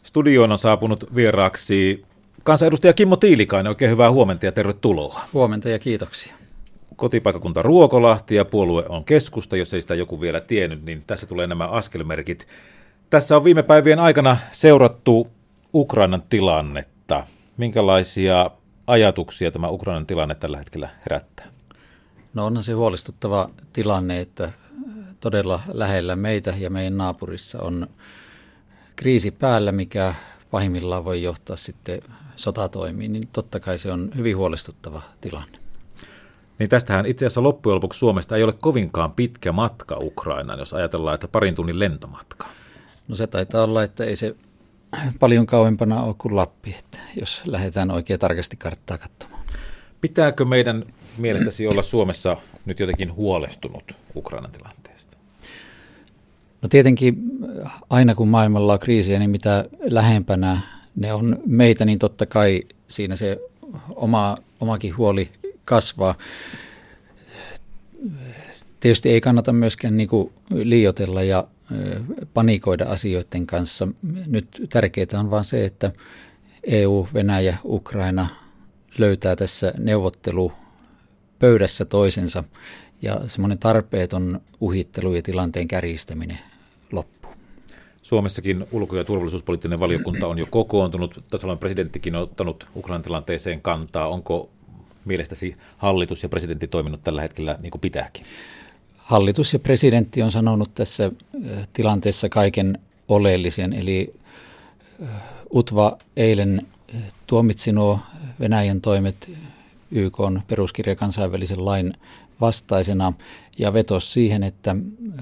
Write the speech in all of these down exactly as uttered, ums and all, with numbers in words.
Studioon on saapunut vieraaksi kansanedustaja Kimmo Tiilikainen. Oikein hyvää huomenta ja tervetuloa. Huomenta ja kiitoksia. Kotipaikkakunta Ruokolahti ja puolue on Keskusta. Jos ei sitä joku vielä tiennyt, niin tässä tulee nämä askelmerkit. Tässä on viime päivien aikana seurattu Ukrainan tilannetta. Minkälaisia ajatuksia tämä Ukrainan tilanne tällä hetkellä herättää? No onhan se huolestuttava tilanne, että todella lähellä meitä ja meidän naapurissa on kriisi päällä, mikä pahimmillaan voi johtaa sitten sotatoimiin, niin totta kai se on hyvin huolestuttava tilanne. Niin tästähän itse asiassa loppujen lopuksi Suomesta ei ole kovinkaan pitkä matka Ukrainaan, jos ajatellaan, että parin tunnin lentomatka. No se taitaa olla, että ei se paljon kauempana ole kuin Lappi, että jos lähdetään oikein tarkasti karttaa katsomaan. Pitääkö meidän mielestäsi olla Suomessa nyt jotenkin huolestunut Ukrainan tilanteesta? No tietenkin aina kun maailmalla on kriisiä, niin mitä lähempänä ne on meitä, niin totta kai siinä se oma, omakin huoli kasvaa. Tietysti ei kannata myöskään niin kuin liioitella ja panikoida asioiden kanssa. Nyt tärkeää on vaan se, että E U, Venäjä, Ukraina löytää tässä neuvottelupöydässä toisensa ja semmoinen tarpeeton uhittelu ja tilanteen kärjistäminen loppuu. Suomessakin ulko- ja turvallisuuspoliittinen valiokunta on jo kokoontunut. Tasavallan presidenttikin on ottanut Ukrainan tilanteeseen kantaa. Onko mielestäsi hallitus ja presidentti toiminut tällä hetkellä niin kuin pitääkin? Hallitus ja presidentti on sanonut tässä tilanteessa kaiken oleellisen, eli U T V A eilen tuomitsi nuo Venäjän toimet Y K:n peruskirja kansainvälisen lain vastaisena ja vetosi siihen, että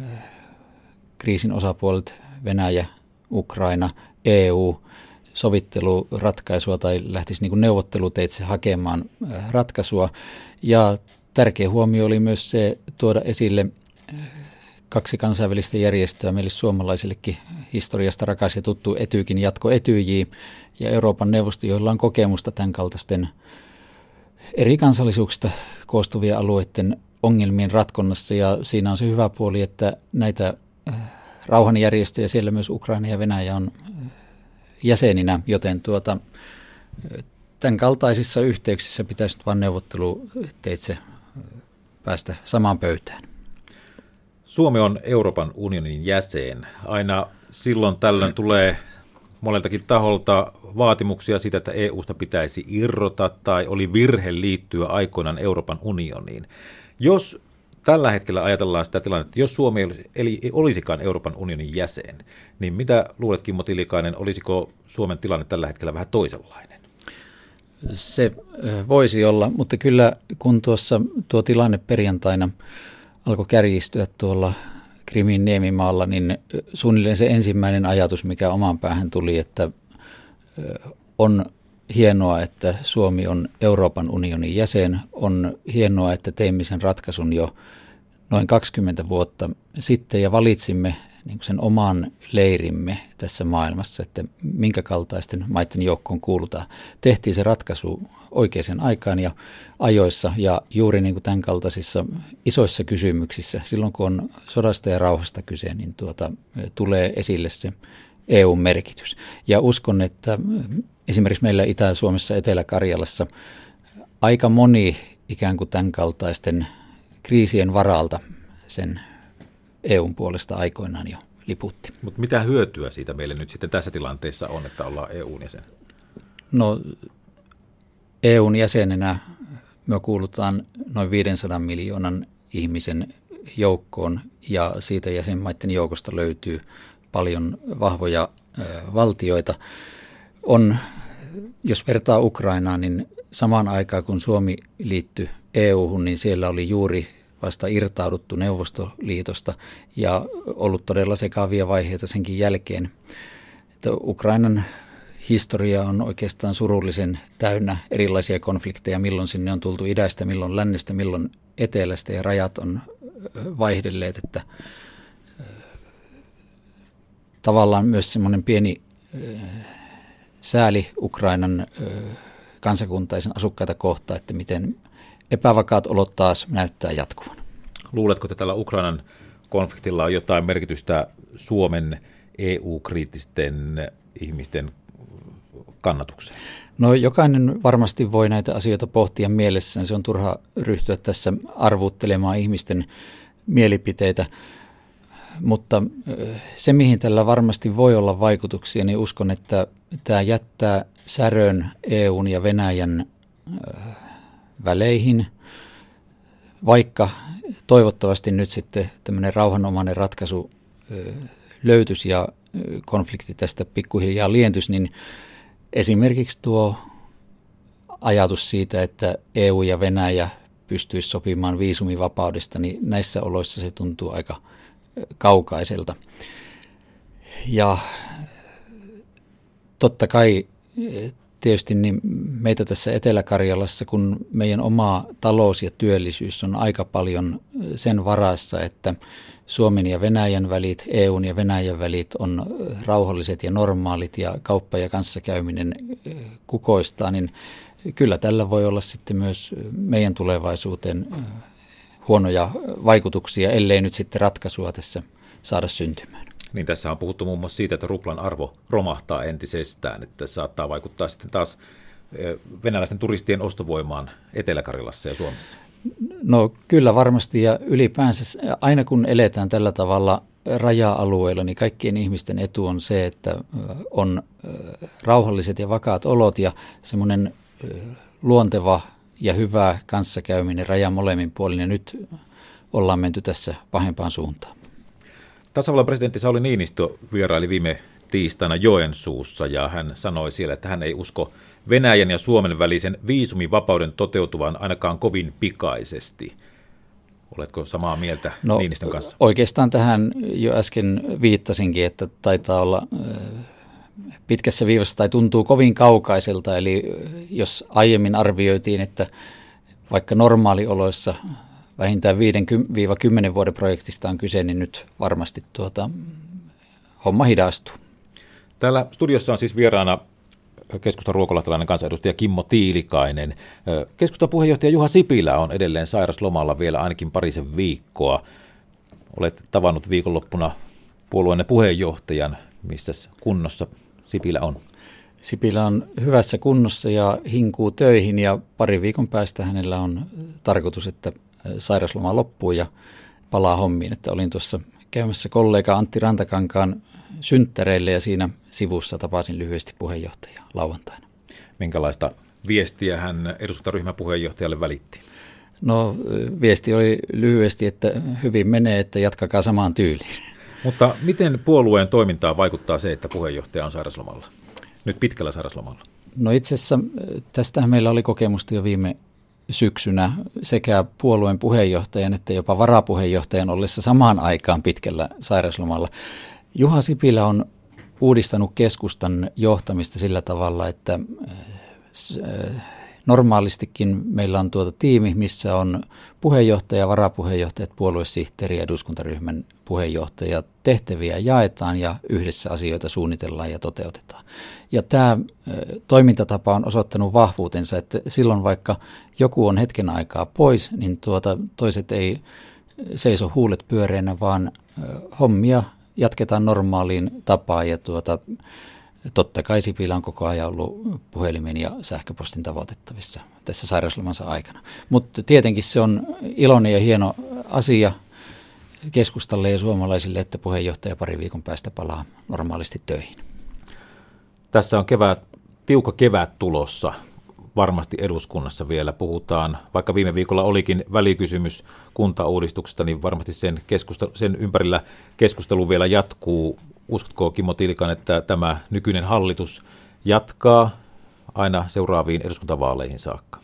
kriisin osapuolet Venäjä, Ukraina, E U sovitteluratkaisua tai lähtisi niin kuin neuvotteluteitse hakemaan ratkaisua. Ja tärkeä huomio oli myös se tuoda esille kaksi kansainvälistä järjestöä meille suomalaisillekin historiasta rakas ja tuttu Etykin jatko Etyj ja Euroopan neuvosto, joilla on kokemusta tämän kaltaisten eri kansallisuuksista koostuvia alueiden ongelmien ratkonnassa. Ja siinä on se hyvä puoli, että näitä rauhanjärjestöjä, siellä myös Ukraina ja Venäjä on jäseninä, joten tuota, tämän kaltaisissa yhteyksissä pitäisi vain neuvotteluteitse päästä samaan pöytään. Suomi on Euroopan unionin jäsen. Aina silloin tällöin tulee moneltakin taholta vaatimuksia siitä, että E U:sta pitäisi irrota tai oli virhe liittyä aikoinaan Euroopan unioniin. Jos tällä hetkellä ajatellaan sitä tilannetta, jos Suomi eli ei olisikaan Euroopan unionin jäsen, niin mitä luulet, Kimmo Tiilikainen, olisiko Suomen tilanne tällä hetkellä vähän toisenlainen? Se voisi olla, mutta kyllä kun tuossa tuo tilanne perjantaina alkoi kärjistyä tuolla Krimin niemimaalla, niin suunnilleen se ensimmäinen ajatus, mikä omaan päähän tuli, että on hienoa, että Suomi on Euroopan unionin jäsen. On hienoa, että teimme sen ratkaisun jo noin kaksikymmentä vuotta sitten ja valitsimme niin sen oman leirimme tässä maailmassa, että minkä kaltaisten maiden joukkoon kuulutaan. Tehtiin se ratkaisu oikeaan aikaan ja ajoissa ja juuri niin kuin tämän kaltaisissa isoissa kysymyksissä, silloin kun on sodasta ja rauhasta kyse, niin tuota, tulee esille se E U-merkitys. Ja uskon, että esimerkiksi meillä Itä-Suomessa, Etelä-Karjalassa aika moni ikään kuin tämän kaltaisten kriisien varalta sen E U:n puolesta aikoinaan jo liputti. Mutta mitä hyötyä siitä meille nyt sitten tässä tilanteessa on, että ollaan E U:n jäsen? No E U:n jäsenenä me kuulutaan noin viisisataa miljoonan ihmisen joukkoon ja siitä jäsenmaiden joukosta löytyy paljon vahvoja ö, valtioita. On, jos vertaa Ukrainaan, niin samaan aikaan kun Suomi liittyi E U:hun, niin siellä oli juuri vasta irtauduttu Neuvostoliitosta ja ollut todella sekavia vaiheita senkin jälkeen. Että Ukrainan historia on oikeastaan surullisen täynnä erilaisia konflikteja, milloin sinne on tultu idästä, milloin lännestä, milloin etelästä ja rajat on vaihdelleet, että tavallaan myös semmoinen pieni sääli Ukrainan kansakuntaisen asukkaita kohtaan, että miten epävakaat olot taas näyttää jatkuvan. Luuletko, että tällä Ukrainan konfliktilla on jotain merkitystä Suomen E U-kriittisten ihmisten kannatukseen? No jokainen varmasti voi näitä asioita pohtia mielessään. Se on turha ryhtyä tässä arvuuttelemaan ihmisten mielipiteitä. Mutta se, mihin tällä varmasti voi olla vaikutuksia, niin uskon, että tämä jättää särön E U:n ja Venäjän väleihin, vaikka toivottavasti nyt sitten tämmöinen rauhanomainen ratkaisu löytyisi ja konflikti tästä pikkuhiljaa lientyisi, niin esimerkiksi tuo ajatus siitä, että E U ja Venäjä pystyisi sopimaan viisumivapaudesta, niin näissä oloissa se tuntuu aika kaukaiselta. Ja totta kai tietysti niin meitä tässä Etelä-Karjalassa, kun meidän oma talous ja työllisyys on aika paljon sen varassa, että Suomen ja Venäjän välit, E U:n ja Venäjän välit on rauhalliset ja normaalit ja kauppa ja kanssakäyminen kukoistaa, niin kyllä tällä voi olla sitten myös meidän tulevaisuuteen huonoja vaikutuksia, ellei nyt sitten ratkaisua tässä saada syntymään. Niin tässä on puhuttu muun muassa siitä, että ruplan arvo romahtaa entisestään, että saattaa vaikuttaa sitten taas venäläisten turistien ostovoimaan Etelä-Karjalassa ja Suomessa. No kyllä varmasti, ja ylipäänsä aina kun eletään tällä tavalla raja-alueilla, niin kaikkien ihmisten etu on se, että on rauhalliset ja vakaat olot ja semmoinen luonteva ja hyvä kanssakäyminen rajan molemmin puolin, ja nyt ollaan menty tässä pahempaan suuntaan. Tasavallan presidentti Sauli Niinistö vieraili viime tiistaina Joensuussa, ja hän sanoi siellä, että hän ei usko Venäjän ja Suomen välisen viisumivapauden toteutuvan ainakaan kovin pikaisesti. Oletko samaa mieltä no, Niinistön kanssa? Oikeastaan tähän jo äsken viittasinkin, että taitaa olla pitkässä viivassa tai tuntuu kovin kaukaiselta. Eli jos aiemmin arvioitiin, että vaikka normaalioloissa vähintään viidestä kymmeneen vuoden projektista on kyse, niin nyt varmasti tuota, homma hidastuu. Täällä studiossa on siis vieraana keskustan ruokolahtelainen kansanedustaja Kimmo Tiilikainen. Keskustan puheenjohtaja Juha Sipilä on edelleen sairaslomalla vielä ainakin parisen viikkoa. Olet tavannut viikonloppuna puolueenne puheenjohtajan. Missä kunnossa Sipilä on? Sipilä on hyvässä kunnossa ja hinkuu töihin, ja pari viikon päästä hänellä on tarkoitus, että sairasloma loppuu ja palaa hommiin. Että olin tuossa käymässä kollega Antti Rantakankaan synttäreille ja siinä sivussa tapasin lyhyesti puheenjohtajaa lauantaina. Minkälaista viestiä hän eduskuntaryhmän puheenjohtajalle välitti? No viesti oli lyhyesti, että hyvin menee, että jatkakaa samaan tyyliin. Mutta miten puolueen toimintaan vaikuttaa se, että puheenjohtaja on sairaslomalla? Nyt pitkällä sairaslomalla. No itse asiassa tästähän meillä oli kokemusta jo viime syksynä sekä puolueen puheenjohtajan että jopa varapuheenjohtajan ollessa samaan aikaan pitkällä sairauslomalla. Juha Sipilä on uudistanut keskustan johtamista sillä tavalla, että normaalistikin meillä on tuota tiimi, missä on puheenjohtaja, varapuheenjohtajat, puoluesihteeri ja eduskuntaryhmän puheenjohtaja. Tehtäviä jaetaan ja yhdessä asioita suunnitellaan ja toteutetaan. Ja tämä toimintatapa on osoittanut vahvuutensa, että silloin vaikka joku on hetken aikaa pois, niin tuota, toiset ei seiso huulet pyöreänä, vaan hommia jatketaan normaaliin tapaan ja tuota, totta kai Sipilä on koko ajan ollut puhelimen ja sähköpostin tavoitettavissa tässä sairauslomansa aikana. Mutta tietenkin se on iloinen ja hieno asia keskustalle ja suomalaisille, että puheenjohtaja pari viikon päästä palaa normaalisti töihin. Tässä on kevät, tiukka kevät tulossa. Varmasti eduskunnassa vielä puhutaan, vaikka viime viikolla olikin välikysymys kuntauudistuksesta, niin varmasti sen, sen ympärillä keskustelu vielä jatkuu. Uskotko, Kimmo Tiilikainen, että tämä nykyinen hallitus jatkaa aina seuraaviin eduskuntavaaleihin saakka?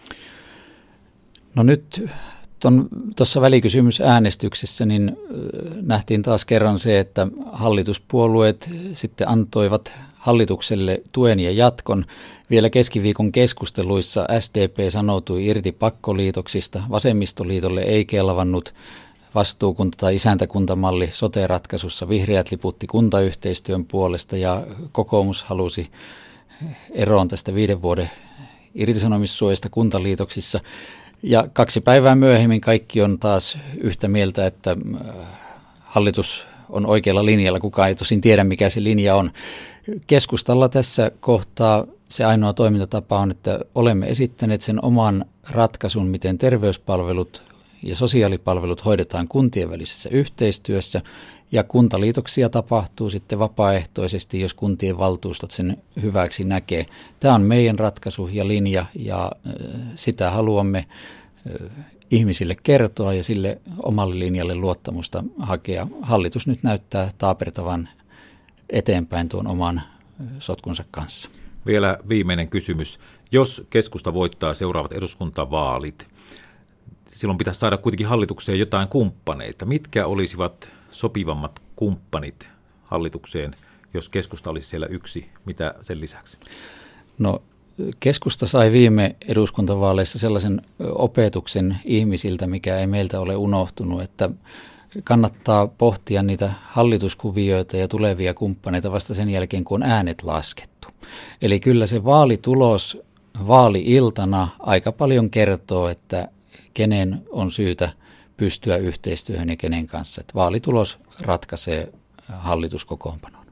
No nyt tuossa välikysymysäänestyksessä niin nähtiin taas kerran se, että hallituspuolueet sitten antoivat hallitukselle tuen ja jatkon. Vielä keskiviikon keskusteluissa S D P sanoutui irti pakkoliitoksista, vasemmistoliitolle ei kelvannut vastuukunta- tai isäntäkuntamalli sote-ratkaisussa, vihreät liputti kuntayhteistyön puolesta ja kokoomus halusi eroon tästä viiden vuoden irtisanomissuojasta kuntaliitoksissa. Ja kaksi päivää myöhemmin kaikki on taas yhtä mieltä, että hallitus on oikealla linjalla. Kukaan ei tosin tiedä, mikä se linja on. Keskustalla tässä kohtaa se ainoa toimintatapa on, että olemme esittäneet sen oman ratkaisun, miten terveyspalvelut ja sosiaalipalvelut hoidetaan kuntien välisessä yhteistyössä, ja kuntaliitoksia tapahtuu sitten vapaaehtoisesti, jos kuntien valtuustot sen hyväksi näkee. Tämä on meidän ratkaisu ja linja, ja sitä haluamme ihmisille kertoa ja sille omalle linjalle luottamusta hakea. Hallitus nyt näyttää taapertavan eteenpäin tuon oman sotkunsa kanssa. Vielä viimeinen kysymys. Jos keskusta voittaa seuraavat eduskuntavaalit, silloin pitäisi saada kuitenkin hallitukseen jotain kumppaneita. Mitkä olisivat sopivammat kumppanit hallitukseen, jos keskusta olisi siellä yksi? Mitä sen lisäksi? No, keskusta sai viime eduskuntavaaleissa sellaisen opetuksen ihmisiltä, mikä ei meiltä ole unohtunut, että kannattaa pohtia niitä hallituskuvioita ja tulevia kumppaneita vasta sen jälkeen, kun on äänet laskettu. Eli kyllä se vaalitulos vaali-iltana aika paljon kertoo, että kenen on syytä pystyä yhteistyöhön ja kenen kanssa. Että vaalitulos ratkaisee hallituskokoonpanoa.